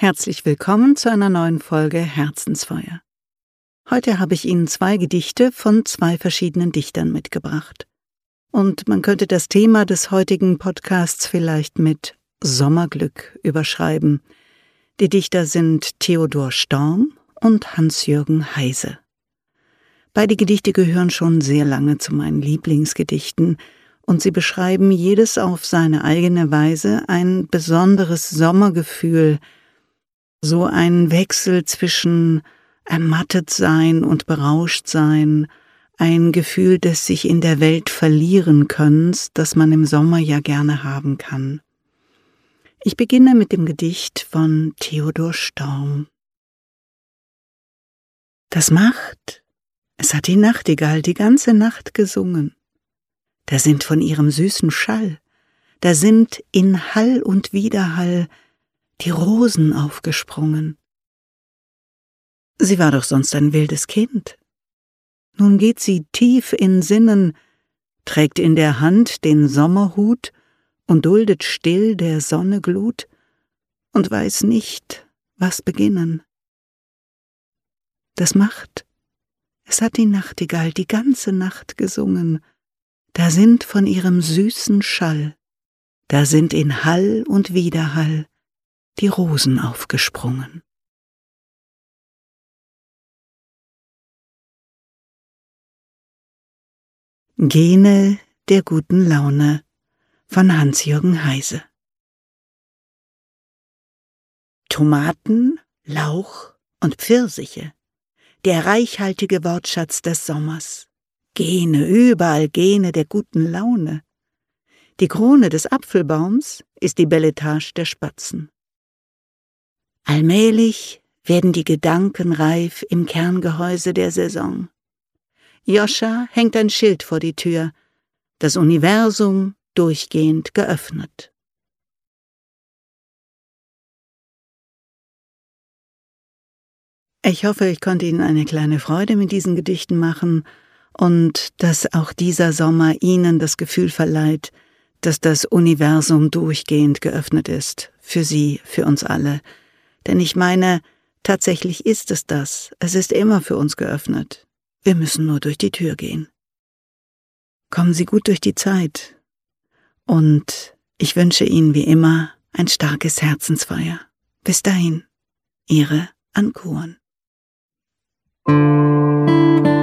Herzlich willkommen zu einer neuen Folge Herzensfeuer. Heute habe ich Ihnen 2 Gedichte von 2 verschiedenen Dichtern mitgebracht. Und man könnte das Thema des heutigen Podcasts vielleicht mit Sommerglück überschreiben. Die Dichter sind Theodor Storm und Hans-Jürgen Heise. Beide Gedichte gehören schon sehr lange zu meinen Lieblingsgedichten und sie beschreiben jedes auf seine eigene Weise ein besonderes Sommergefühl, so ein Wechsel zwischen Ermattetsein und Berauschtsein, ein Gefühl des sich in der Welt verlieren Könnens, das man im Sommer ja gerne haben kann. Ich beginne mit dem Gedicht von Theodor Storm. Das macht, es hat die Nachtigall die ganze Nacht gesungen. Da sind von ihrem süßen Schall, da sind in Hall und Widerhall die Rosen aufgesprungen. Sie war doch sonst ein wildes Kind. Nun geht sie tief in Sinnen, trägt in der Hand den Sommerhut und duldet still der Sonne Glut und weiß nicht, was beginnen. Das macht, es hat die Nachtigall die ganze Nacht gesungen, da sind von ihrem süßen Schall, da sind in Hall und Widerhall die Rosen aufgesprungen. Gene der guten Laune von Hans-Jürgen Heise. Tomaten, Lauch und Pfirsiche, der reichhaltige Wortschatz des Sommers. Gene, überall Gene der guten Laune. Die Krone des Apfelbaums ist die Beletage der Spatzen. Allmählich werden die Gedanken reif im Kerngehäuse der Saison. Joscha hängt ein Schild vor die Tür, das Universum durchgehend geöffnet. Ich hoffe, ich konnte Ihnen eine kleine Freude mit diesen Gedichten machen und dass auch dieser Sommer Ihnen das Gefühl verleiht, dass das Universum durchgehend geöffnet ist, für Sie, für uns alle. Denn ich meine, tatsächlich ist es das. Es ist immer für uns geöffnet. Wir müssen nur durch die Tür gehen. Kommen Sie gut durch die Zeit. Und ich wünsche Ihnen wie immer ein starkes Herzensfeuer. Bis dahin, Ihre Ann Kuhn.